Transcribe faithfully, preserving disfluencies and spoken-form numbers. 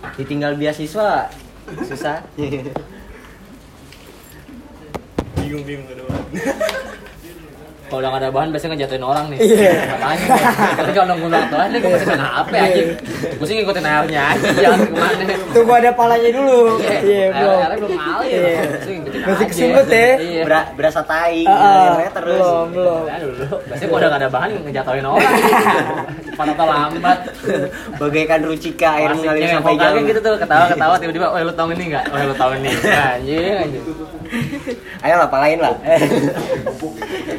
Ditinggal beasiswa susah. Bingung-bingung ada bahan. Kalau udah gak ada bahan biasanya ngejatuhin orang nih. Iya. Makanya tapi kalau nunggu nonton nih gue masih main H P anjing. Gue sih ngikutin airnya aja jangan kemana. Tunggu ada palanya dulu. Iya, belum. Airnya belum ngalir. Iya. Masih ngikutin Masih aja. kesumbat ya. Iya. Ber- berasa tai Ah, ngilirnya terus. Belum, belum. Ya dulu. Biasanya kalau udah gak ada bahan ngejatuhin orang. Cepat atau lambat. Bagaikan rucika air Asik, mengalir cewek sampai vokal jauh. kayak gitu tuh, ketawa-ketawa tiba-tiba, "Oh, lu tahu ini enggak? Oh, lu tahu ini." Anjing, anjing. Ayo lah palain lah.